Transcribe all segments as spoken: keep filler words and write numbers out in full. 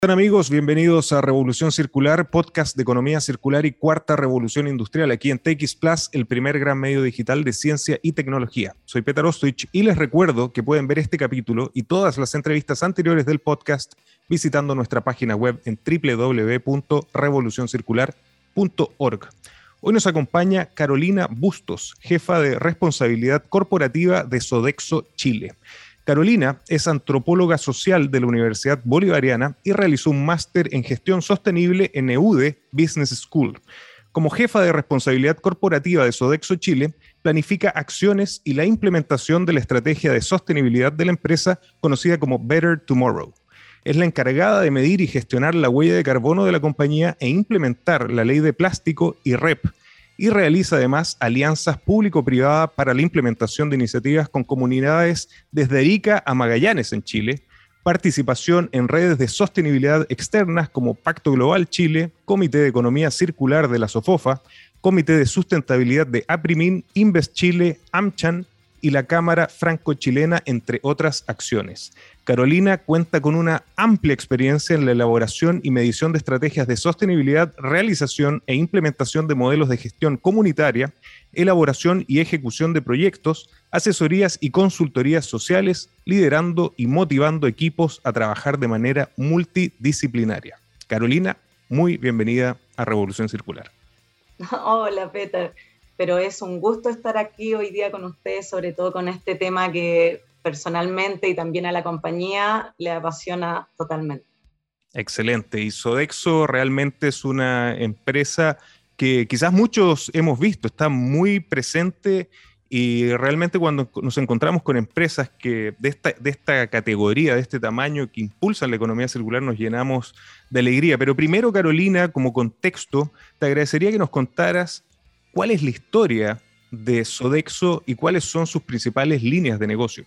Hola amigos, bienvenidos a Revolución Circular, podcast de economía circular y cuarta revolución industrial aquí en T X Plus, el primer gran medio digital de ciencia y tecnología. Soy Petar Ostoich y les recuerdo que pueden ver este capítulo y todas las entrevistas anteriores del podcast visitando nuestra página web en doble u doble u doble u punto revolución circular punto org. Hoy nos acompaña Carolina Bustos, jefa de responsabilidad corporativa de Sodexo Chile. Carolina es antropóloga social de la Universidad Bolivariana y realizó un máster en gestión sostenible en E U D E Business School. Como jefa de responsabilidad corporativa de Sodexo Chile, planifica acciones y la implementación de la estrategia de sostenibilidad de la empresa conocida como Better Tomorrow. Es la encargada de medir y gestionar la huella de carbono de la compañía e implementar la ley de plástico y R E P, y realiza además alianzas público-privadas para la implementación de iniciativas con comunidades desde Arica a Magallanes en Chile, participación en redes de sostenibilidad externas como Pacto Global Chile, Comité de Economía Circular de la SOFOFA, Comité de Sustentabilidad de APRIMIN, Invest Chile, AmCham y la Cámara Franco-Chilena, entre otras acciones. Carolina cuenta con una amplia experiencia en la elaboración y medición de estrategias de sostenibilidad, realización e implementación de modelos de gestión comunitaria, elaboración y ejecución de proyectos, asesorías y consultorías sociales, liderando y motivando equipos a trabajar de manera multidisciplinaria. Carolina, muy bienvenida a Revolución Circular. Hola, Peter. Pero es un gusto estar aquí hoy día con ustedes, sobre todo con este tema que personalmente y también a la compañía le apasiona totalmente. Excelente. Y Sodexo realmente es una empresa que quizás muchos hemos visto, está muy presente y realmente cuando nos encontramos con empresas que de esta, de esta categoría, de este tamaño, que impulsan la economía circular, nos llenamos de alegría. Pero primero, Carolina, como contexto, te agradecería que nos contaras ¿cuál es la historia de Sodexo y cuáles son sus principales líneas de negocio?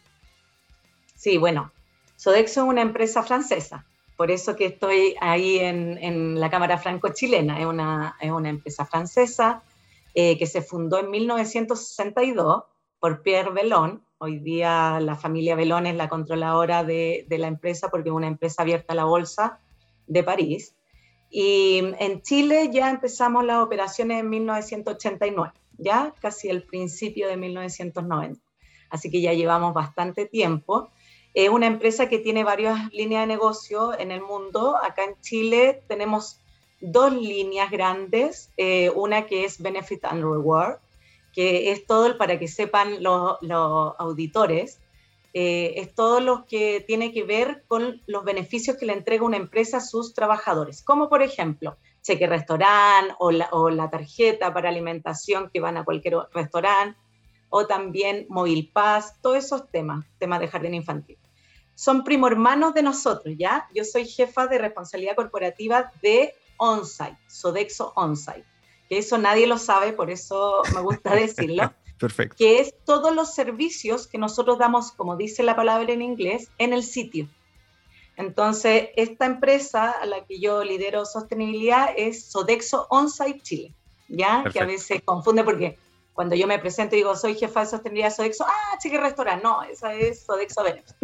Sí, bueno, Sodexo es una empresa francesa, por eso que estoy ahí en, en la Cámara Franco-Chilena. Es una, es una empresa francesa eh, que se fundó en mil novecientos sesenta y dos por Pierre Bellon. Hoy día la familia Bellon es la controladora de, de la empresa porque es una empresa abierta a la bolsa de París. Y en Chile ya empezamos las operaciones en mil novecientos ochenta y nueve, ya casi el principio de mil novecientos noventa. Así que ya llevamos bastante tiempo. Es una empresa que tiene varias líneas de negocio en el mundo. Acá en Chile tenemos dos líneas grandes. Eh, una que es Benefit and Reward, que es todo, para que sepan los, los auditores, Eh, es todo lo que tiene que ver con los beneficios que le entrega una empresa a sus trabajadores, como por ejemplo, cheque restaurante o la, o la tarjeta para alimentación que van a cualquier restaurante, o también Móvil Pass, todos esos temas, temas de jardín infantil. Son primo hermanos de nosotros, ¿ya? Yo soy jefa de responsabilidad corporativa de OnSite, Sodexo OnSite, que eso nadie lo sabe, por eso me gusta decirlo. Perfecto. Que es todos los servicios que nosotros damos, como dice la palabra en inglés, en el sitio. Entonces, esta empresa a la que yo lidero sostenibilidad es Sodexo OnSite Chile, ¿ya? Perfecto. Que a veces confunde porque cuando yo me presento y digo, soy jefa de sostenibilidad de Sodexo, ah, cheque restaurante, no, esa es Sodexo Benefit.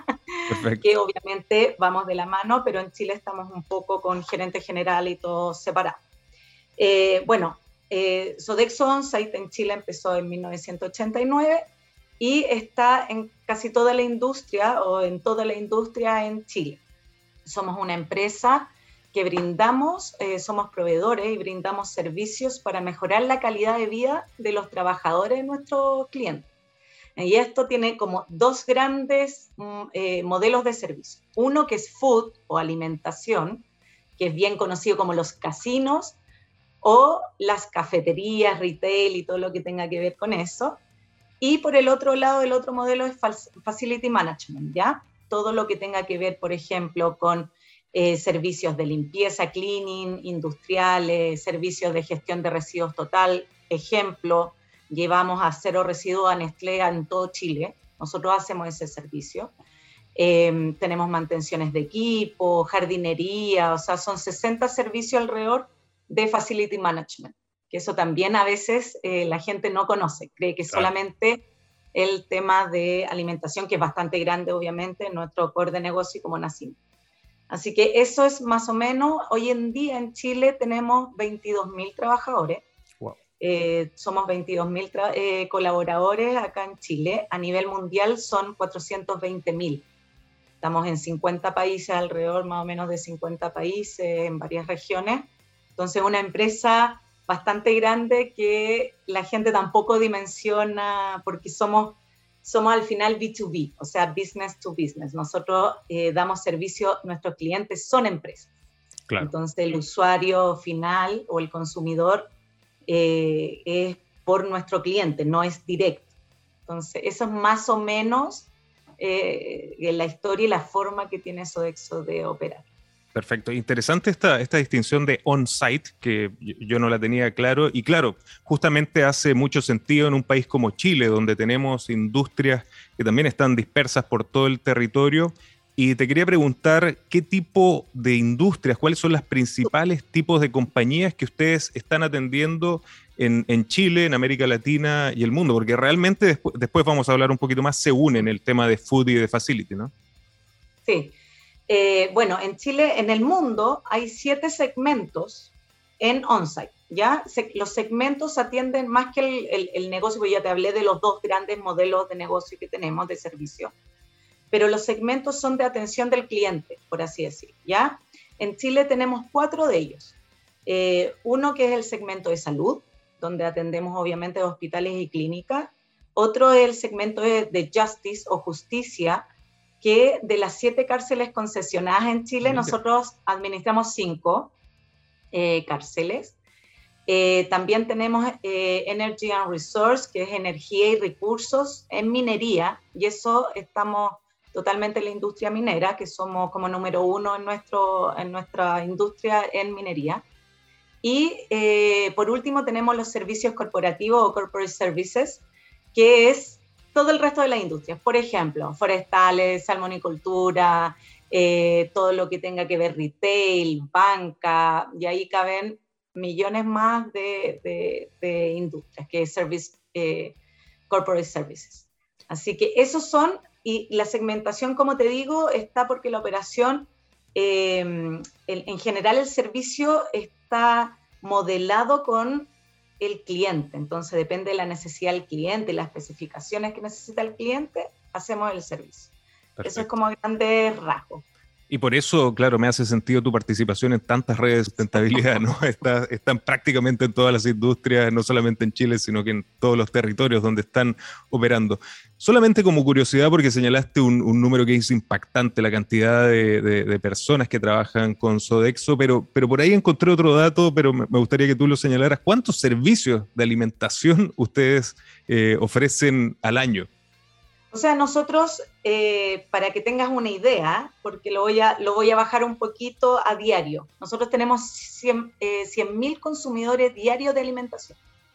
Que obviamente vamos de la mano, pero en Chile estamos un poco con gerente general y todo separado. Eh, bueno, Eh, Sodexo OnSite en Chile empezó en mil novecientos ochenta y nueve y está en casi toda la industria o en toda la industria en Chile. Somos una empresa que brindamos, eh, somos proveedores y brindamos servicios para mejorar la calidad de vida de los trabajadores de nuestros clientes. Y esto tiene como dos grandes eh, modelos de servicio. Uno que es food o alimentación, que es bien conocido como los casinos, o las cafeterías, retail y todo lo que tenga que ver con eso. Y por el otro lado, el otro modelo es Facility Management, ¿ya? Todo lo que tenga que ver, por ejemplo, con eh, servicios de limpieza, cleaning, industriales, servicios de gestión de residuos total. Ejemplo, llevamos a cero residuos a Nestlé en todo Chile. Nosotros hacemos ese servicio. Eh, tenemos mantenciones de equipo, jardinería, o sea, son sesenta servicios alrededor de Facility Management, que eso también a veces eh, la gente no conoce, cree que claro. Solamente el tema de alimentación, que es bastante grande obviamente en nuestro core de negocio y como nacimos. Así que eso es más o menos, hoy en día en Chile tenemos veintidós mil trabajadores, wow. eh, somos veintidós mil eh, colaboradores acá en Chile, a nivel mundial son cuatrocientos veinte mil. Estamos en cincuenta países, alrededor más o menos de cincuenta países, en varias regiones. Entonces, una empresa bastante grande que la gente tampoco dimensiona, porque somos, somos al final B dos B, o sea, business to business. Nosotros eh, damos servicio, nuestros clientes son empresas. Claro. Entonces, el usuario final o el consumidor eh, es por nuestro cliente, no es directo. Entonces, eso es más o menos eh, la historia y la forma que tiene Sodexo de operar. Perfecto. Interesante esta, esta distinción de on-site, que yo no la tenía claro. Y claro, justamente hace mucho sentido en un país como Chile, donde tenemos industrias que también están dispersas por todo el territorio. Y te quería preguntar, ¿qué tipo de industrias, cuáles son los principales tipos de compañías que ustedes están atendiendo en, en Chile, en América Latina y el mundo? Porque realmente después, después vamos a hablar un poquito más, se unen el tema de food y de facility, ¿no? Sí. Eh, bueno, en Chile, en el mundo, hay siete segmentos en on-site, ¿ya? Se, los segmentos atienden más que el, el, el negocio, porque ya te hablé de los dos grandes modelos de negocio que tenemos de servicio, pero los segmentos son de atención del cliente, por así decir, ¿ya? En Chile tenemos cuatro de ellos. Eh, uno que es el segmento de salud, donde atendemos obviamente hospitales y clínicas. Otro es el segmento de, de justice o justicia, que de las siete cárceles concesionadas en Chile, nosotros administramos cinco eh, cárceles. Eh, también tenemos eh, Energy and Resource, que es energía y recursos en minería, y eso estamos totalmente en la industria minera, que somos como número uno en, nuestro, en nuestra industria en minería. Y eh, por último tenemos los servicios corporativos o corporate services, que es todo el resto de las industrias, por ejemplo, forestales, salmonicultura, eh, todo lo que tenga que ver retail, banca, y ahí caben millones más de, de, de industrias, que es service, eh, corporate services. Así que esos son, y la segmentación, como te digo, está porque la operación, eh, en, en general el servicio está modelado con el cliente, entonces depende de la necesidad del cliente, las especificaciones que necesita el cliente, hacemos el servicio. Perfecto. Eso es como a grandes rasgos. Y por eso, claro, me hace sentido tu participación en tantas redes de sustentabilidad, ¿no? Está, están prácticamente en todas las industrias, no solamente en Chile, sino que en todos los territorios donde están operando. Solamente como curiosidad, porque señalaste un, un número que es impactante, la cantidad de, de, de personas que trabajan con Sodexo, pero, pero por ahí encontré otro dato, pero me gustaría que tú lo señalaras. ¿Cuántos servicios de alimentación ustedes eh, ofrecen al año? O sea, nosotros, eh, para que tengas una idea, porque lo voy a, lo voy a bajar un poquito a diario, nosotros tenemos cien mil consumidores diarios de alimentación.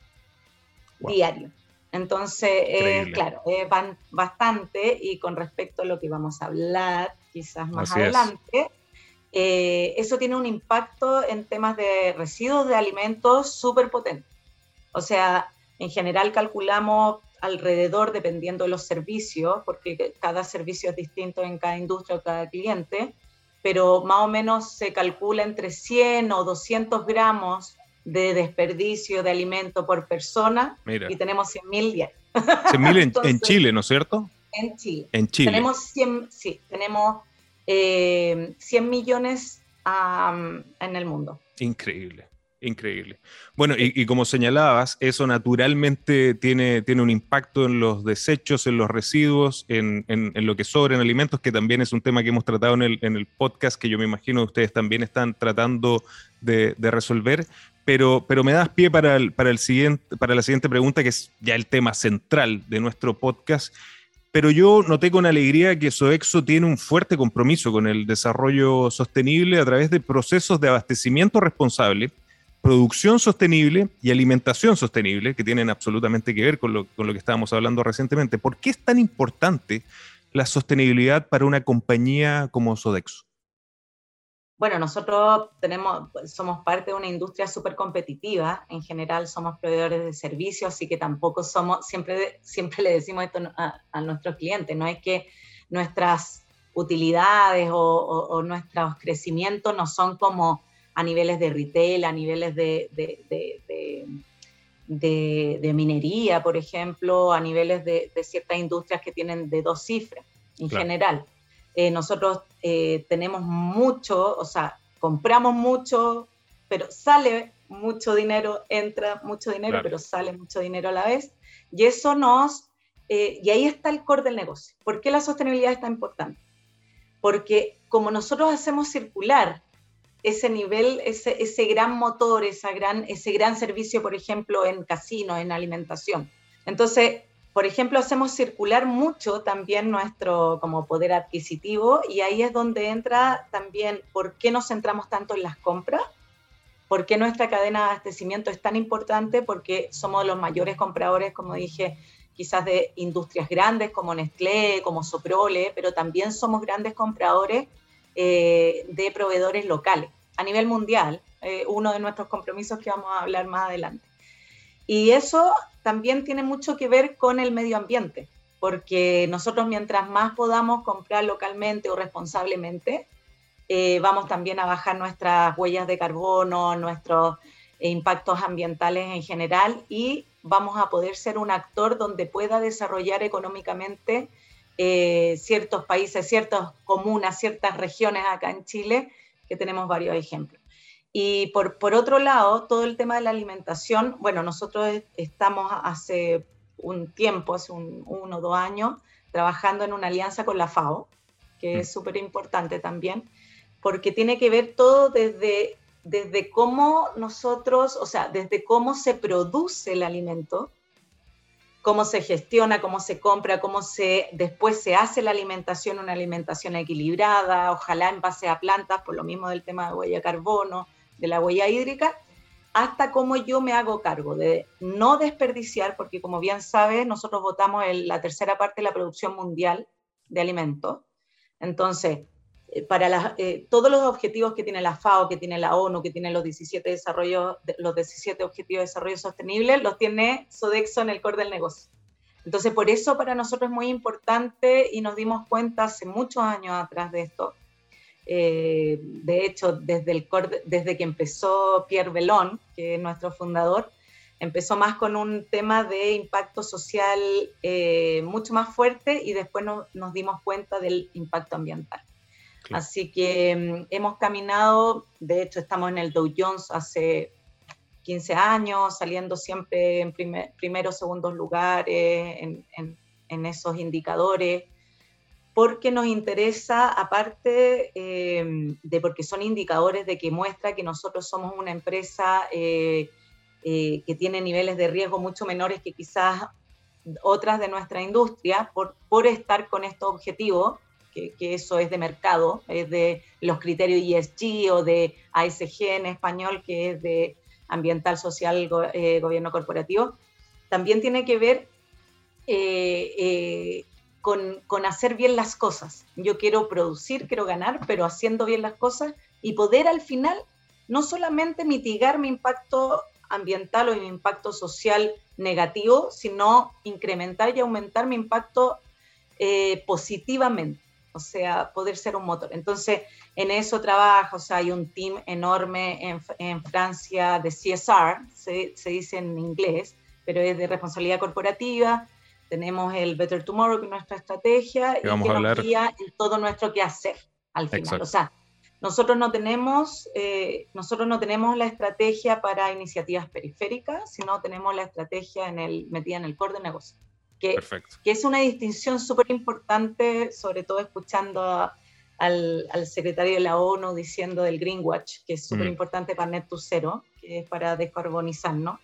Wow. Diario. Entonces, eh, claro, eh, van bastante, y con respecto a lo que vamos a hablar quizás más Así adelante, eh, eso tiene un impacto en temas de residuos de alimentos súper potente. O sea, en general calculamos alrededor, dependiendo de los servicios, porque cada servicio es distinto en cada industria o cada cliente, pero más o menos se calcula entre cien o doscientos gramos de desperdicio de alimento por persona. Mira. Y tenemos cien mil diarios. cien mil en, en Chile, ¿no es cierto? En Chile. En Chile. Tenemos cien, sí, tenemos eh, cien millones um, en el mundo. Increíble. Increíble. Bueno, y, y como señalabas, eso naturalmente tiene, tiene un impacto en los desechos, en los residuos, en, en, en lo que sobra en alimentos, que también es un tema que hemos tratado en el, en el podcast, que yo me imagino ustedes también están tratando de, de resolver. Pero, pero me das pie para, el, para, el siguiente, para la siguiente pregunta, que es ya el tema central de nuestro podcast. Pero yo noté con alegría que Sodexo tiene un fuerte compromiso con el desarrollo sostenible a través de procesos de abastecimiento responsable, producción sostenible y alimentación sostenible, que tienen absolutamente que ver con lo, con lo que estábamos hablando recientemente. ¿Por qué es tan importante la sostenibilidad para una compañía como Sodexo? Bueno, nosotros tenemos, somos parte de una industria súper competitiva. En general somos proveedores de servicios, así que tampoco somos, siempre, siempre le decimos esto a, a nuestros clientes, no es que nuestras utilidades o, o, o nuestros crecimientos no son como a niveles de retail, a niveles de, de, de, de, de, de minería, por ejemplo, a niveles de, de ciertas industrias que tienen de dos cifras en claro. general. Eh, nosotros eh, tenemos mucho, o sea, compramos mucho, pero sale mucho dinero, entra mucho dinero, claro. pero sale mucho dinero a la vez. Y eso nos, eh, y ahí está el core del negocio. ¿Por qué la sostenibilidad es tan importante? Porque como nosotros hacemos circular ese nivel, ese, ese gran motor, esa gran, ese gran servicio, por ejemplo, en casinos, en alimentación. Entonces, por ejemplo, hacemos circular mucho también nuestro como poder adquisitivo, y ahí es donde entra también por qué nos centramos tanto en las compras, por qué nuestra cadena de abastecimiento es tan importante, porque somos los mayores compradores, como dije, quizás de industrias grandes como Nestlé, como Soprole, pero también somos grandes compradores eh, de proveedores locales a nivel mundial, eh, uno de nuestros compromisos que vamos a hablar más adelante. Y eso también tiene mucho que ver con el medio ambiente, porque nosotros mientras más podamos comprar localmente o responsablemente, eh, vamos también a bajar nuestras huellas de carbono, nuestros eh, impactos ambientales en general, y vamos a poder ser un actor donde pueda desarrollar económicamente eh, ciertos países, ciertas comunas, ciertas regiones acá en Chile, que tenemos varios ejemplos. Y por, por otro lado, todo el tema de la alimentación, bueno, nosotros estamos hace un tiempo, hace un, uno o dos años, trabajando en una alianza con la FAO, que es súper importante también, porque tiene que ver todo desde, desde cómo nosotros, o sea, desde cómo se produce el alimento, cómo se gestiona, cómo se compra, cómo se, después se hace la alimentación, una alimentación equilibrada, ojalá en base a plantas, por lo mismo del tema de huella de carbono, de la huella hídrica, hasta cómo yo me hago cargo de no desperdiciar, porque como bien sabes, nosotros votamos en la tercera parte de la producción mundial de alimentos. Entonces, eh, para la, eh, todos los objetivos que tiene la FAO, que tiene la ONU, que tiene los diecisiete, desarrollo, los diecisiete Objetivos de Desarrollo Sostenible, los tiene Sodexo en el core del negocio. Entonces, por eso para nosotros es muy importante, y nos dimos cuenta hace muchos años atrás de esto. Eh, de hecho, desde, el core, desde que empezó Pierre Bellon, que es nuestro fundador, empezó más con un tema de impacto social eh, mucho más fuerte, y después no, nos dimos cuenta del impacto ambiental. Claro. Así que um, hemos caminado, de hecho estamos en el Dow Jones hace quince años, saliendo siempre en primer, primeros, segundos lugares, en, en, en esos indicadores, porque nos interesa, aparte eh, de porque son indicadores de que muestra que nosotros somos una empresa eh, eh, que tiene niveles de riesgo mucho menores que quizás otras de nuestra industria, por, por estar con estos objetivos, que, que eso es de mercado, es de los criterios E S G o de A S G en español, que es de ambiental, social, go, eh, gobierno corporativo, también tiene que ver eh, eh, con, con hacer bien las cosas. Yo quiero producir, quiero ganar, pero haciendo bien las cosas, y poder al final no solamente mitigar mi impacto ambiental o mi impacto social negativo, sino incrementar y aumentar mi impacto eh, positivamente, o sea, poder ser un motor. Entonces, en eso trabaja, o sea, hay un team enorme en, en Francia de C S R, se, se dice en inglés, pero es de responsabilidad corporativa. Tenemos el Better Tomorrow, que es nuestra estrategia, y que nos guía en todo nuestro quehacer al final. Exacto. O sea, nosotros no tenemos, eh, nosotros no tenemos la estrategia para iniciativas periféricas, sino tenemos la estrategia en el, metida en el core de negocio, que, que es una distinción súper importante, sobre todo escuchando a, al, al secretario de la ONU diciendo del Greenwatch, que es súper importante mm. para Net to Zero, que es para descarbonizarnos.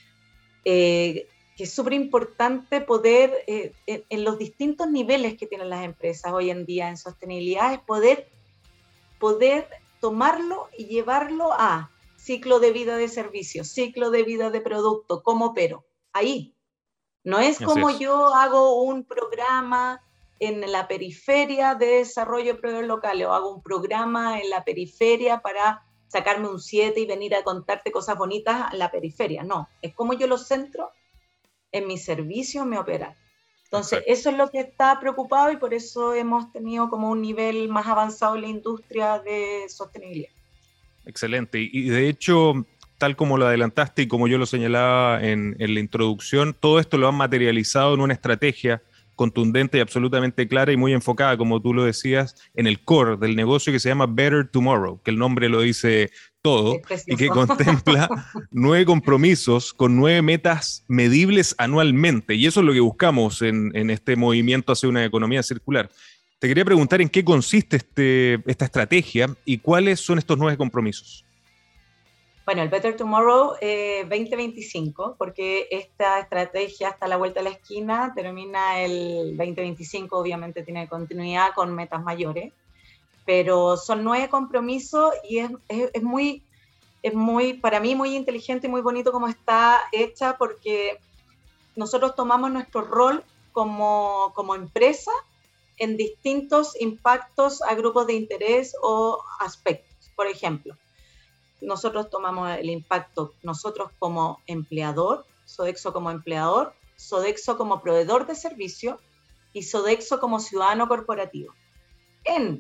Eh, que es súper importante poder, eh, en, en los distintos niveles que tienen las empresas hoy en día en sostenibilidad, es poder, poder tomarlo y llevarlo a ciclo de vida de servicio, ciclo de vida de producto, como pero, ahí. No es como es. Yo hago un programa en la periferia de desarrollo de proveedores locales, o hago un programa en la periferia para sacarme un siete y venir a contarte cosas bonitas en la periferia. No, es como yo lo centro en mi servicio, en mi operar. Entonces, Exacto. Eso es lo que está preocupado y por eso hemos tenido como un nivel más avanzado en la industria de sostenibilidad. Excelente. Y, y de hecho, tal como lo adelantaste y como yo lo señalaba en, en la introducción, todo esto lo han materializado en una estrategia contundente y absolutamente clara y muy enfocada, como tú lo decías, en el core del negocio que se llama Better Tomorrow, que el nombre lo dice todo, y que contempla nueve compromisos con nueve metas medibles anualmente. Y eso es lo que buscamos en, en este movimiento hacia una economía circular. Te quería preguntar en qué consiste este, esta estrategia y cuáles son estos nueve compromisos. Bueno, el Better Tomorrow eh, veinte veinticinco, porque esta estrategia está a la vuelta de la esquina, termina el veinte veinticinco, obviamente tiene continuidad con metas mayores, pero son nueve compromisos y es, es, es, muy, es muy, para mí, muy inteligente y muy bonito como está hecha, porque nosotros tomamos nuestro rol como, como empresa en distintos impactos a grupos de interés o aspectos. Por ejemplo, nosotros tomamos el impacto, nosotros como empleador, Sodexo como empleador, Sodexo como proveedor de servicio y Sodexo como ciudadano corporativo. En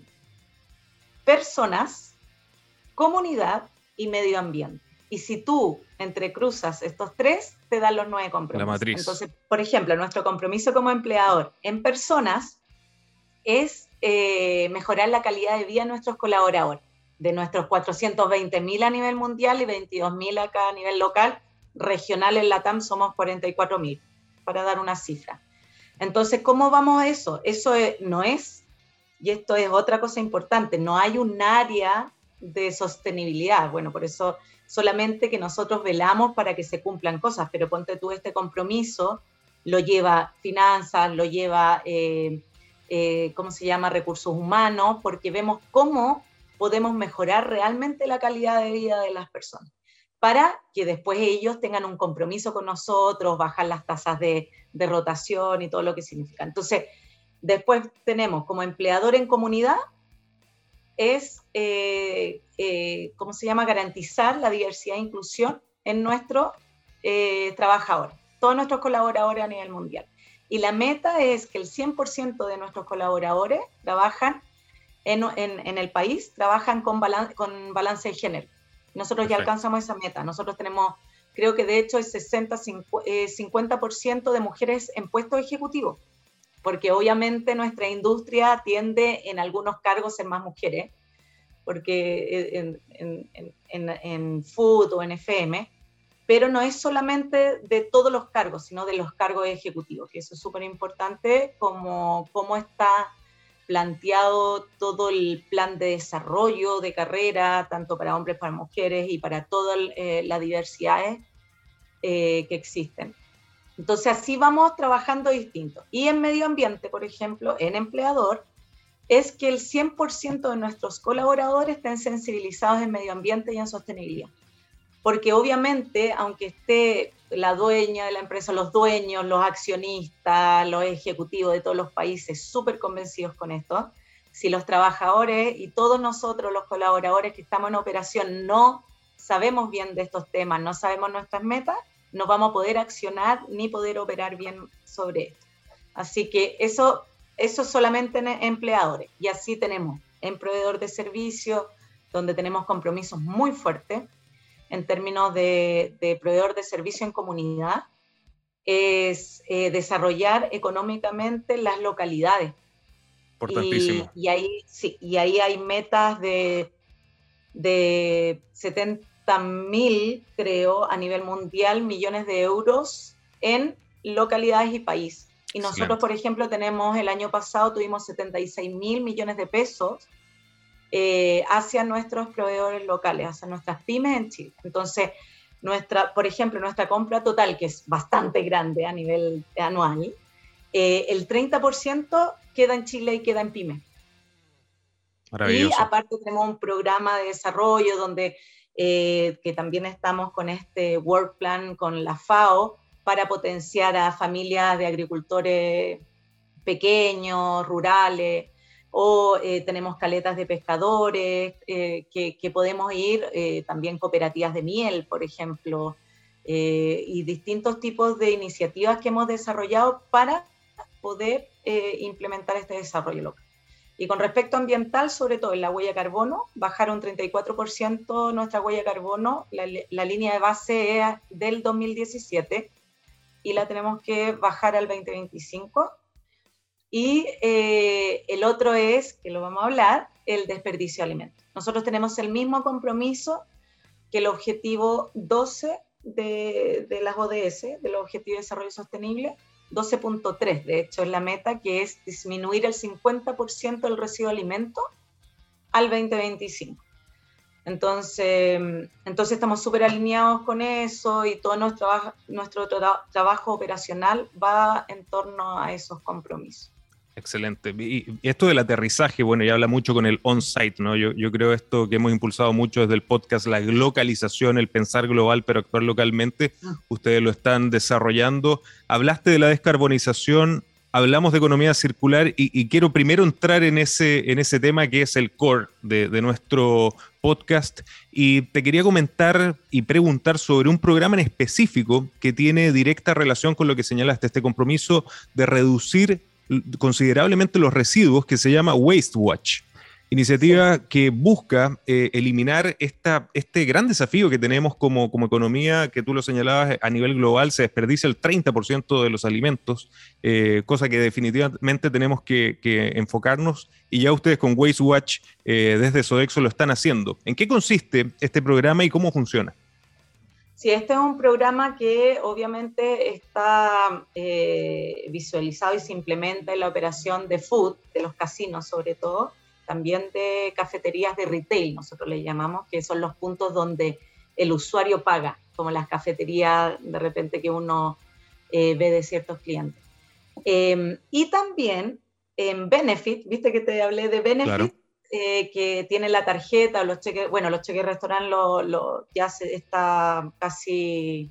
personas, comunidad y medio ambiente. Y si tú entrecruzas estos tres, te dan los nueve compromisos. La matriz. Entonces, por ejemplo, nuestro compromiso como empleador en personas es eh, mejorar la calidad de vida de nuestros colaboradores. De nuestros cuatrocientos veinte mil a nivel mundial y veintidós mil acá a nivel local, regional en LATAM somos cuarenta y cuatro mil, para dar una cifra. Entonces, ¿cómo vamos a eso? Eso es, no es, y esto es otra cosa importante, no hay un área de sostenibilidad. Bueno, por eso solamente que nosotros velamos para que se cumplan cosas, pero ponte tú, este compromiso lo lleva finanzas, lo lleva, eh, eh, ¿cómo se llama?, recursos humanos, porque vemos cómo podemos mejorar realmente la calidad de vida de las personas, para que después ellos tengan un compromiso con nosotros, bajar las tasas de, de rotación y todo lo que significa. Entonces, después tenemos como empleador en comunidad, es, eh, eh, ¿cómo se llama?, garantizar la diversidad e inclusión en nuestros eh, trabajadores, todos nuestros colaboradores a nivel mundial. Y la meta es que el cien por ciento de nuestros colaboradores trabajan En, en, en el país, trabajan con, balan, con balance de género. Nosotros Perfecto. Ya alcanzamos esa meta. Nosotros tenemos, creo que de hecho es sesenta, cincuenta por ciento de mujeres en puestos ejecutivos, porque obviamente nuestra industria tiende en algunos cargos a ser más mujeres, porque en, en, en, en, en food o en F M, pero no es solamente de todos los cargos, sino de los cargos ejecutivos, que eso es súper importante, como cómo está planteado todo el plan de desarrollo de carrera, tanto para hombres, para mujeres y para todas eh, las diversidades eh, que existen. Entonces así vamos trabajando distinto. Y en medio ambiente, por ejemplo, en empleador, es que el cien por ciento de nuestros colaboradores estén sensibilizados en medio ambiente y en sostenibilidad. Porque obviamente, aunque esté la dueña de la empresa, los dueños, los accionistas, los ejecutivos de todos los países súper convencidos con esto, si los trabajadores y todos nosotros, los colaboradores que estamos en operación, no sabemos bien de estos temas, no sabemos nuestras metas, no vamos a poder accionar ni poder operar bien sobre esto. Así que eso, eso solamente en empleadores. Y así tenemos en proveedor de servicios, donde tenemos compromisos muy fuertes, en términos de, de proveedor de servicio en comunidad, es eh, desarrollar económicamente las localidades. Importantísimo. Y, y, ahí, sí, y ahí hay metas de, de setenta mil, creo, a nivel mundial, millones de euros en localidades y país. Y nosotros, Excelente. Por ejemplo, tenemos, el año pasado tuvimos setenta y seis mil millones de pesos Eh, hacia nuestros proveedores locales, hacia nuestras pymes en Chile. Entonces, nuestra, por ejemplo, nuestra compra total, que es bastante grande a nivel anual, eh, el treinta por ciento queda en Chile y queda en pymes. Maravilloso. Y aparte tenemos un programa de desarrollo donde eh, que también estamos con este work plan con la FAO para potenciar a familias de agricultores pequeños, rurales, o eh, tenemos caletas de pescadores, eh, que, que podemos ir, eh, también cooperativas de miel, por ejemplo, eh, y distintos tipos de iniciativas que hemos desarrollado para poder eh, implementar este desarrollo local. Y con respecto ambiental, sobre todo en la huella carbono, bajaron treinta y cuatro por ciento nuestra huella carbono, la, la línea de base es del dos mil diecisiete y la tenemos que bajar al veinte veinticinco. Y eh, el otro es, que lo vamos a hablar, el desperdicio de alimentos. Nosotros tenemos el mismo compromiso que el objetivo doce de, de las O D S, de los Objetivos de Desarrollo Sostenible, doce punto tres, de hecho, es la meta, que es disminuir el cincuenta por ciento del residuo de alimentos al veinte veinticinco. Entonces, entonces estamos súper alineados con eso y todo nuestro, nuestro tra- trabajo operacional va en torno a esos compromisos. Excelente. Y esto del aterrizaje, bueno, ya habla mucho con el on-site, ¿no? Yo, yo creo esto que hemos impulsado mucho desde el podcast, la localización, el pensar global pero actuar localmente, ustedes lo están desarrollando. Hablaste de la descarbonización, hablamos de economía circular y, y quiero primero entrar en ese, en ese tema que es el core de, de nuestro podcast, y te quería comentar y preguntar sobre un programa en específico que tiene directa relación con lo que señalaste, este compromiso de reducir considerablemente los residuos, que se llama Waste Watch, iniciativa sí. que busca eh, eliminar esta, este gran desafío que tenemos como, como economía, que tú lo señalabas a nivel global, se desperdicia el treinta por ciento de los alimentos, eh, cosa que definitivamente tenemos que, que enfocarnos, y ya ustedes con Waste Watch eh, desde Sodexo lo están haciendo. ¿En qué consiste este programa y cómo funciona? Sí, este es un programa que obviamente está eh, visualizado y se implementa en la operación de food, de los casinos sobre todo, también de cafeterías de retail, nosotros le llamamos, que son los puntos donde el usuario paga, como las cafeterías de repente que uno eh, ve de ciertos clientes. Eh, y también en Benefit, viste que te hablé de Benefit, claro. Eh, que tiene la tarjeta, los cheques, bueno, los cheques restaurante lo, lo, ya se está casi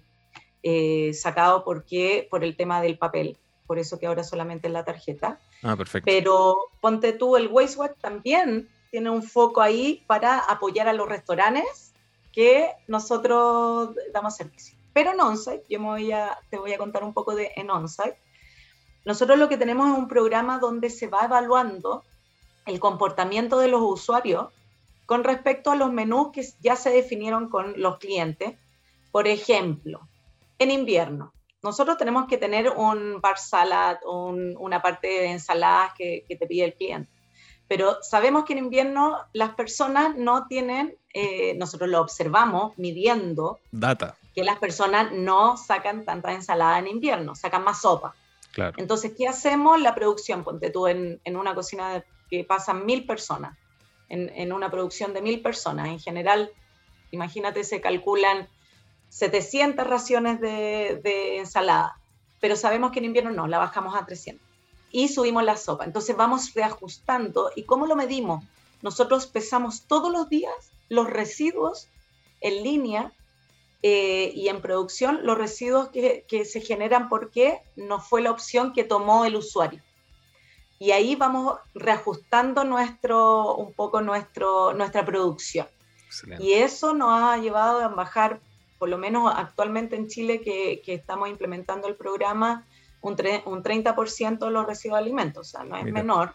eh, sacado porque, por el tema del papel, por eso que ahora solamente es la tarjeta. Ah, perfecto. Pero ponte tú, el Waste Watch también tiene un foco ahí para apoyar a los restaurantes que nosotros damos servicio. Pero en OnSite, yo me voy a, te voy a contar un poco de en OnSite. Nosotros lo que tenemos es un programa donde se va evaluando el comportamiento de los usuarios con respecto a los menús que ya se definieron con los clientes. Por ejemplo, en invierno, nosotros tenemos que tener un bar salad, un, una parte de ensaladas que, que te pide el cliente. Pero sabemos que en invierno las personas no tienen, eh, nosotros lo observamos midiendo, data, que las personas no sacan tanta ensalada en invierno, sacan más sopa. Claro. Entonces, ¿qué hacemos? La producción, ponte tú en, en una cocina de que pasan mil personas, en, en una producción de mil personas. En general, imagínate, se calculan setecientas raciones de, de ensalada, pero sabemos que en invierno no, la bajamos a trescientas. Y subimos la sopa. Entonces vamos reajustando. ¿Y cómo lo medimos? Nosotros pesamos todos los días los residuos en línea eh, y en producción, los residuos que, que se generan porque no fue la opción que tomó el usuario. Y ahí vamos reajustando nuestro, un poco nuestro, nuestra producción. Excelente. Y eso nos ha llevado a bajar, por lo menos actualmente en Chile, que, que estamos implementando el programa, un, tre, un treinta por ciento de los residuos de alimentos, o sea, no es Mira. menor.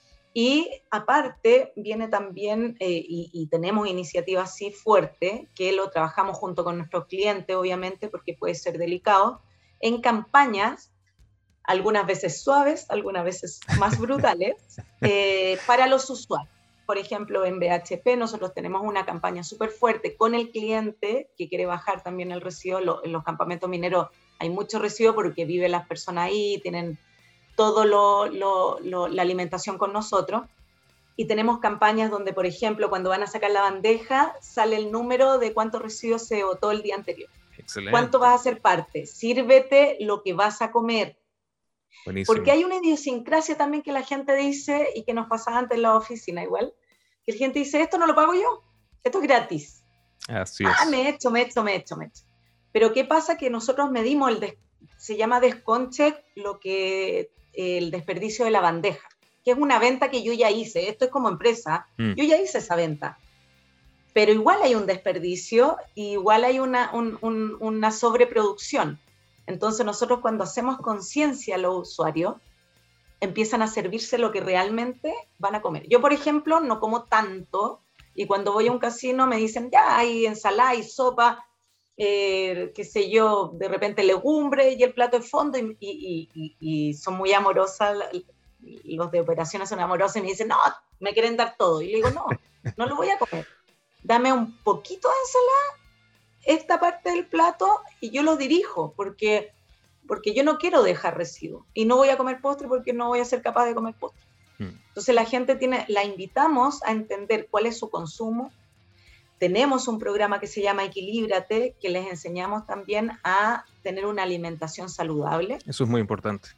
Y aparte viene también, eh, y, y tenemos iniciativas así fuertes, que lo trabajamos junto con nuestros clientes, obviamente, porque puede ser delicado, en campañas, algunas veces suaves, algunas veces más brutales, eh, para los usuarios. Por ejemplo, en B H P nosotros tenemos una campaña súper fuerte con el cliente que quiere bajar también el residuo. Lo, en los campamentos mineros hay mucho residuo porque viven las personas ahí, tienen todo lo, lo, lo, la alimentación con nosotros. Y tenemos campañas donde, por ejemplo, cuando van a sacar la bandeja, sale el número de cuántos residuos se botó el día anterior. Excelente. ¿Cuánto vas a hacer parte? Sírvete lo que vas a comer. Buenísimo. Porque hay una idiosincrasia también que la gente dice, y que nos pasaba antes en la oficina igual, que la gente dice, esto no lo pago yo, esto es gratis. Así ah, es. me he hecho, me he hecho, me he hecho, me he hecho. Pero ¿qué pasa? Que nosotros medimos, el des, se llama desconche, lo que, el desperdicio de la bandeja, que es una venta que yo ya hice, esto es como empresa, mm. yo ya hice esa venta. Pero igual hay un desperdicio, igual hay una, un, un, una sobreproducción. Entonces nosotros cuando hacemos conciencia a los usuarios, empiezan a servirse lo que realmente van a comer. Yo, por ejemplo, no como tanto, y cuando voy a un casino me dicen, ya, hay ensalada y sopa, eh, qué sé yo, de repente legumbre y el plato de fondo, y, y, y, y son muy amorosas, los de operaciones son amorosos y me dicen, no, me quieren dar todo. Y le digo, no, no lo voy a comer. Dame un poquito de ensalada, esta parte del plato, y yo lo dirijo, porque, porque yo no quiero dejar residuos. Y no voy a comer postre porque no voy a ser capaz de comer postre. Mm. Entonces la gente tiene, la invitamos a entender cuál es su consumo. Tenemos un programa que se llama Equilíbrate, que les enseñamos también a tener una alimentación saludable. Eso es muy importante.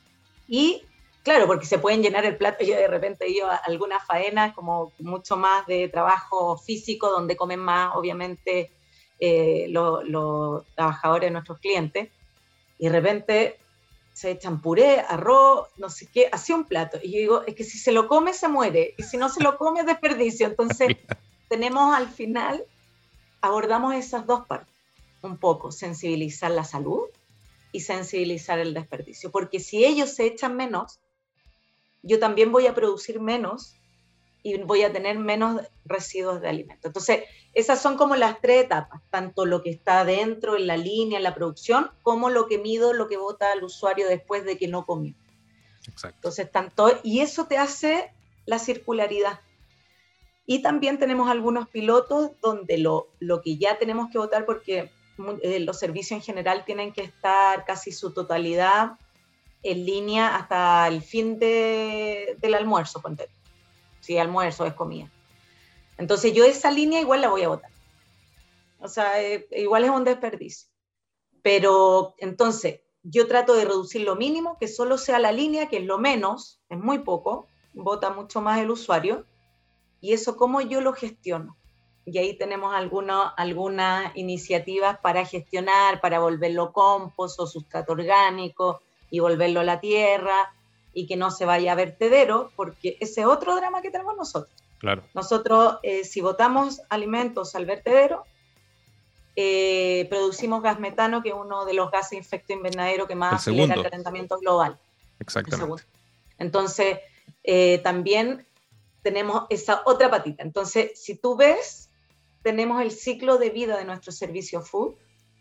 Y claro, porque se pueden llenar el plato. Yo de repente he ido a algunas faenas como mucho más de trabajo físico, donde comen más, obviamente, eh, los, los trabajadores de nuestros clientes, y de repente se echan puré, arroz, no sé qué, así un plato. Y yo digo, es que si se lo come, se muere, y si no se lo come, es desperdicio. Entonces, tenemos al final, abordamos esas dos partes, un poco, sensibilizar la salud y sensibilizar el desperdicio. Porque si ellos se echan menos, yo también voy a producir menos y voy a tener menos residuos de alimento. Entonces, esas son como las tres etapas, tanto lo que está dentro, en la línea, en la producción, como lo que mido, lo que bota al usuario después de que no comió. Exacto. Entonces, tanto, y eso te hace la circularidad. Y también tenemos algunos pilotos donde lo, lo que ya tenemos que votar, porque eh, los servicios en general tienen que estar casi su totalidad en línea hasta el fin de, del almuerzo, ponte. Si almuerzo es comida. Entonces yo esa línea igual la voy a botar. O sea, eh, igual es un desperdicio. Pero entonces yo trato de reducir lo mínimo, que solo sea la línea, que es lo menos, es muy poco, bota mucho más el usuario. Y eso, ¿cómo yo lo gestiono? Y ahí tenemos alguna, algunas iniciativas para gestionar, para volverlo compost o sustrato orgánico y volverlo a la tierra y que no se vaya a vertedero, porque ese es otro drama que tenemos nosotros. Claro. Nosotros, eh, si botamos alimentos al vertedero, eh, producimos gas metano, que es uno de los gases efecto invernadero que más acelera el calentamiento global. Exactamente. Entonces, eh, también tenemos esa otra patita. Entonces, si tú ves, tenemos el ciclo de vida de nuestro servicio food,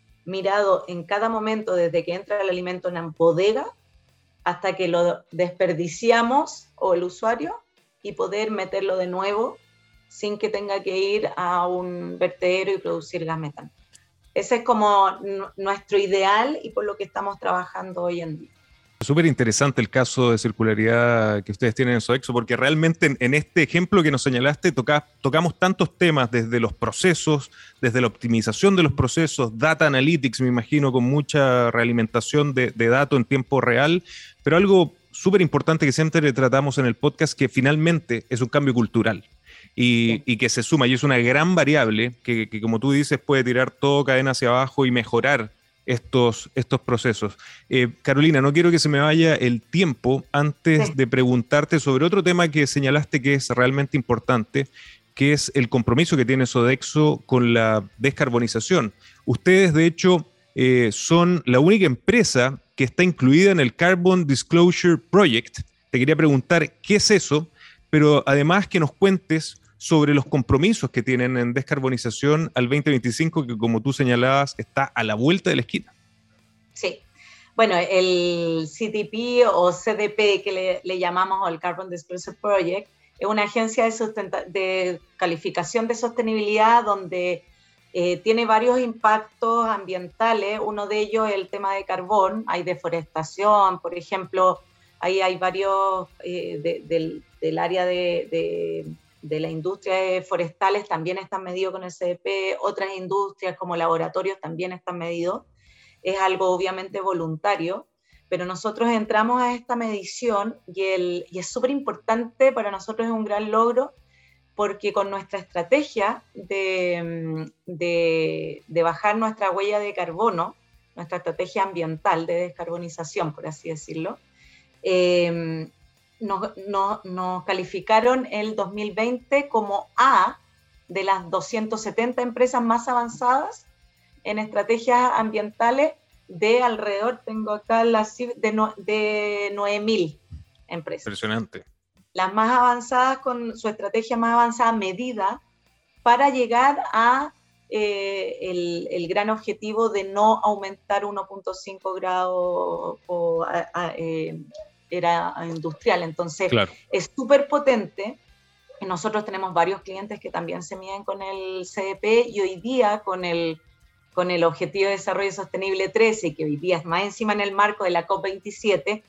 mirado en cada momento desde que entra el alimento en la bodega hasta que lo desperdiciamos o el usuario y poder meterlo de nuevo sin que tenga que ir a un vertedero y producir gas metano. Ese es como n- nuestro ideal y por lo que estamos trabajando hoy en día. Súper interesante el caso de circularidad que ustedes tienen en Sodexo, porque realmente en, en este ejemplo que nos señalaste toca, tocamos tantos temas, desde los procesos, desde la optimización de los procesos, data analytics, me imagino, con mucha realimentación de, de datos en tiempo real, pero algo súper importante que siempre tratamos en el podcast, que finalmente es un cambio cultural. Y, sí. y que se suma, y es una gran variable que, que, como tú dices, puede tirar todo cadena hacia abajo y mejorar estos, estos procesos. Eh, Carolina, no quiero que se me vaya el tiempo antes sí. de preguntarte sobre otro tema que señalaste que es realmente importante, que es el compromiso que tiene Sodexo con la descarbonización. Ustedes, de hecho, eh, son la única empresa que está incluida en el Carbon Disclosure Project. Te quería preguntar qué es eso, pero además que nos cuentes sobre los compromisos que tienen en descarbonización al veinte veinticinco, que como tú señalabas, está a la vuelta de la esquina. Sí. Bueno, el C D P o C D P que le, le llamamos, o el Carbon Disclosure Project, es una agencia de, sustenta- de calificación de sostenibilidad donde eh, tiene varios impactos ambientales. Uno de ellos es el tema de carbón. Hay deforestación, por ejemplo, ahí hay varios eh, de, del, del área de... de de las industrias forestales también están medidos con el C D P, otras industrias como laboratorios también están medidos. Es algo obviamente voluntario, pero nosotros entramos a esta medición y, el, y es súper importante, para nosotros es un gran logro, porque con nuestra estrategia de, de, de bajar nuestra huella de carbono, nuestra estrategia ambiental de descarbonización, por así decirlo, eh, Nos, nos, nos calificaron el dos mil veinte como A de las doscientas setenta empresas más avanzadas en estrategias ambientales de alrededor, tengo acá la cifra, de, no, de nueve mil. empresas. Impresionante. Las más avanzadas con su estrategia más avanzada medida para llegar a eh, el, el gran objetivo de no aumentar uno punto cinco grados o, a, a, eh, era industrial. Entonces, claro, es súper potente. Nosotros tenemos varios clientes que también se miden con el C D P y hoy día con el, con el Objetivo de Desarrollo Sostenible trece, que hoy día es más encima en el marco de la COP veintisiete,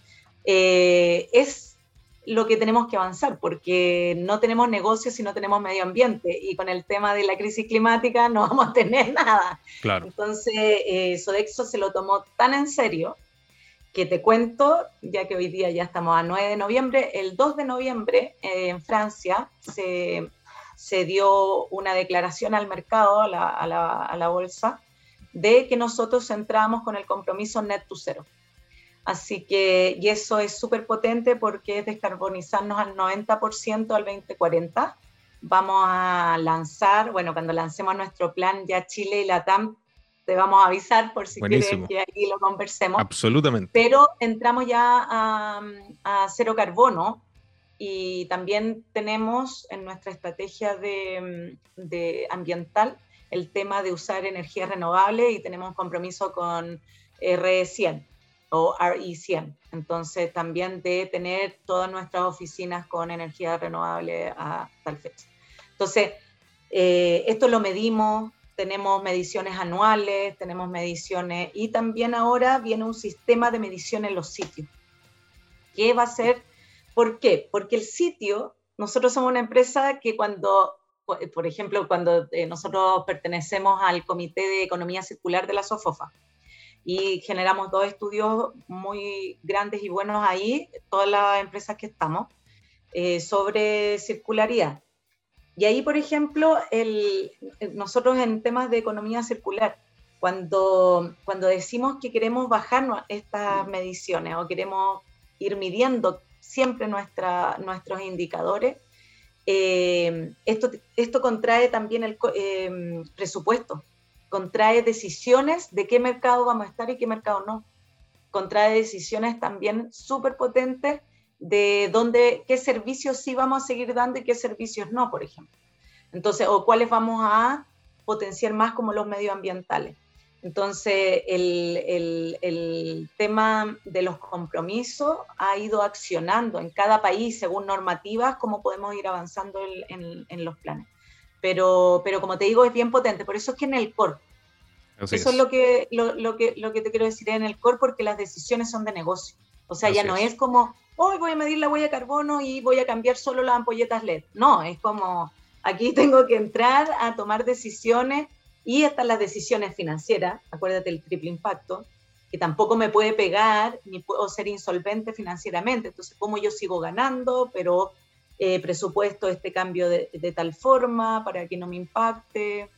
eh, es lo que tenemos que avanzar, porque no tenemos negocios si no tenemos medio ambiente, y con el tema de la crisis climática no vamos a tener nada. Claro. Entonces, eh, Sodexo se lo tomó tan en serio que te cuento, ya que hoy día ya estamos a nueve de noviembre, el dos de noviembre eh, en Francia se, se dio una declaración al mercado, a la, a, la, a la bolsa, de que nosotros entramos con el compromiso Net to Zero. Así que, y eso es súper potente porque es descarbonizarnos al noventa por ciento al veinte cuarenta. Vamos a lanzar, bueno, cuando lancemos nuestro plan ya Chile y Latam, te vamos a avisar por si Buenísimo. Quieres que aquí lo conversemos. Absolutamente. Pero entramos ya a, a cero carbono y también tenemos en nuestra estrategia de, de ambiental el tema de usar energía renovable y tenemos un compromiso con R E cien o R E cien. Entonces también de tener todas nuestras oficinas con energía renovable a tal fecha. Entonces, eh, esto lo medimos. Tenemos mediciones anuales, tenemos mediciones, y también ahora viene un sistema de medición en los sitios. ¿Qué va a ser? ¿Por qué? Porque el sitio, nosotros somos una empresa que cuando, por ejemplo, cuando eh, nosotros pertenecemos al Comité de Economía Circular de la SOFOFA y generamos dos estudios muy grandes y buenos ahí, todas las empresas que estamos, eh, sobre circularidad. Y ahí, por ejemplo, el, nosotros en temas de economía circular, cuando, cuando decimos que queremos bajar estas mediciones o queremos ir midiendo siempre nuestra, nuestros indicadores, eh, esto, esto contrae también el eh, presupuesto, contrae decisiones de qué mercado vamos a estar y qué mercado no, contrae decisiones también súper potentes de dónde, qué servicios sí vamos a seguir dando y qué servicios no, por ejemplo. Entonces, o cuáles vamos a potenciar más como los medioambientales. Entonces, el, el, el tema de los compromisos ha ido accionando en cada país según normativas cómo podemos ir avanzando en, en, en los planes. Pero, pero como te digo, es bien potente. Por eso es que en el core, Así eso es, es lo, que, lo, lo, que, lo que te quiero decir en el core, porque las decisiones son de negocio. O sea, Así ya no es, es como, hoy voy a medir la huella de carbono y voy a cambiar solo las ampolletas L E D. No, es como, aquí tengo que entrar a tomar decisiones, y están las decisiones financieras, acuérdate el triple impacto, que tampoco me puede pegar, ni puedo ser insolvente financieramente. Entonces, ¿cómo yo sigo ganando? Pero eh, presupuesto este cambio de, de tal forma para que no me impacte,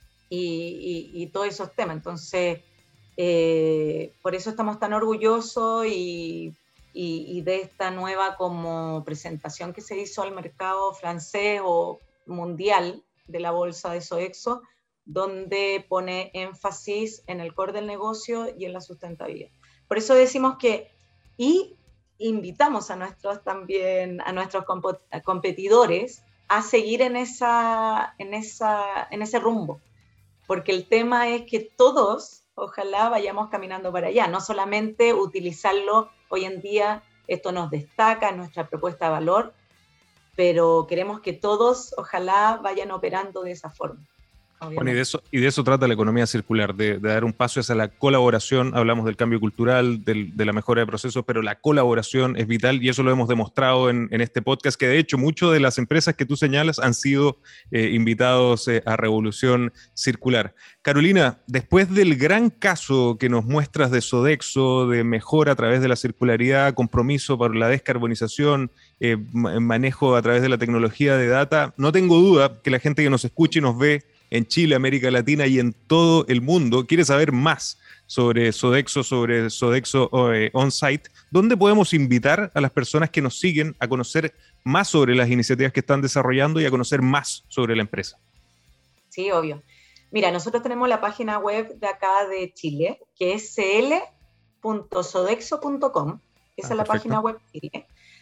y, y, y todos esos temas. Entonces, eh, por eso estamos tan orgullosos y, y, y de esta nueva como presentación que se hizo al mercado francés o mundial de la bolsa de Sodexo, donde pone énfasis en el core del negocio y en la sustentabilidad. Por eso decimos que, y invitamos a nuestros también, a nuestros comp- a competidores a seguir en, esa, en, esa, en ese rumbo, porque el tema es que todos, ojalá vayamos caminando para allá, no solamente utilizarlo hoy en día, esto nos destaca en nuestra propuesta de valor, pero queremos que todos, ojalá, vayan operando de esa forma. Bueno, y de eso, y de eso trata la economía circular, de, de dar un paso hacia la colaboración. Hablamos del cambio cultural, del, de la mejora de procesos, pero la colaboración es vital, y eso lo hemos demostrado en, en este podcast, que de hecho muchas de las empresas que tú señalas han sido eh, invitados eh, a Revolución Circular. Carolina, después del gran caso que nos muestras de Sodexo, de mejora a través de la circularidad, compromiso por la descarbonización, eh, manejo a través de la tecnología de data, no tengo duda que la gente que nos escucha y nos ve en Chile, América Latina y en todo el mundo quiere saber más sobre Sodexo, sobre Sodexo eh, On-Site. ¿Dónde podemos invitar a las personas que nos siguen a conocer más sobre las iniciativas que están desarrollando y a conocer más sobre la empresa? Sí, obvio. Mira, nosotros tenemos la página web de acá de Chile, que es c l punto sodexo punto com. Esa ah, es la perfecto. Página web de Chile.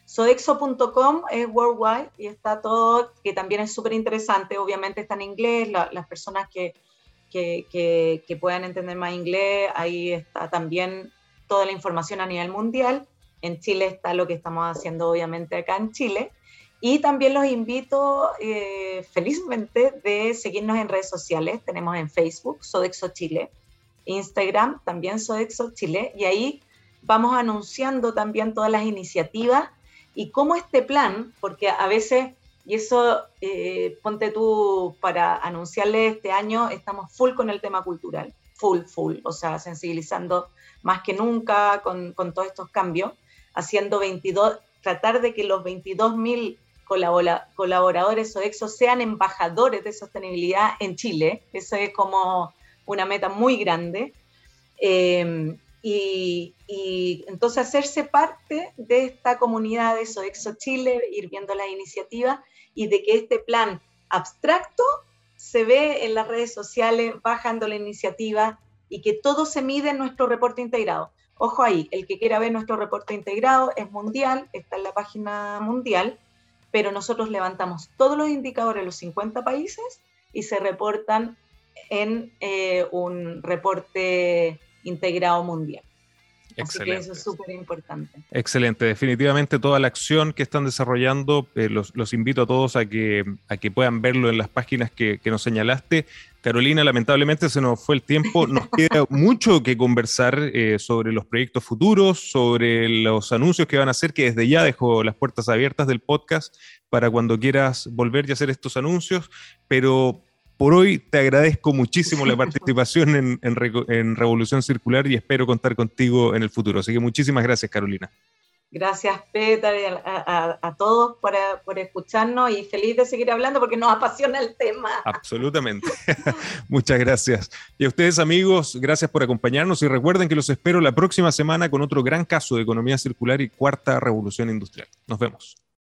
Sodexo punto com es worldwide y está todo, que también es súper interesante, obviamente está en inglés, la, las personas que, que, que, que puedan entender más inglés, ahí está también toda la información a nivel mundial. En Chile está lo que estamos haciendo obviamente acá en Chile. Y también los invito eh, felizmente de seguirnos en redes sociales. Tenemos en Facebook Sodexo Chile, Instagram también Sodexo Chile, y ahí vamos anunciando también todas las iniciativas y cómo este plan, porque a veces, y eso eh, ponte tú para anunciarle este año, estamos full con el tema cultural, full, full, o sea, sensibilizando más que nunca con, con todos estos cambios, haciendo veintidós, tratar de que los veintidós mil colabora, colaboradores Sodexo sean embajadores de sostenibilidad en Chile. Eso es como una meta muy grande. Eh, y, y entonces hacerse parte de esta comunidad de Sodexo Chile, ir viendo las iniciativas y de que este plan abstracto se ve en las redes sociales, bajando la iniciativa y que todo se mide en nuestro reporte integrado. Ojo ahí, el que quiera ver nuestro reporte integrado es mundial, está en la página mundial, pero nosotros levantamos todos los indicadores de los cincuenta países y se reportan en eh, un reporte integrado mundial. Excelente. Así que eso es súper importante. Excelente. Definitivamente toda la acción que están desarrollando, eh, los, los invito a todos a que, a que puedan verlo en las páginas que, que nos señalaste. Carolina, lamentablemente se nos fue el tiempo. Nos queda mucho que conversar eh, sobre los proyectos futuros, sobre los anuncios que van a hacer, que desde ya dejo las puertas abiertas del podcast para cuando quieras volver y hacer estos anuncios, pero por hoy te agradezco muchísimo la participación en, en, en Revolución Circular y espero contar contigo en el futuro. Así que muchísimas gracias, Carolina. Gracias, Peter, a, a, a todos por, por escucharnos y feliz de seguir hablando porque nos apasiona el tema. Absolutamente. Muchas gracias. Y a ustedes, amigos, gracias por acompañarnos y recuerden que los espero la próxima semana con otro gran caso de economía circular y cuarta revolución industrial. Nos vemos.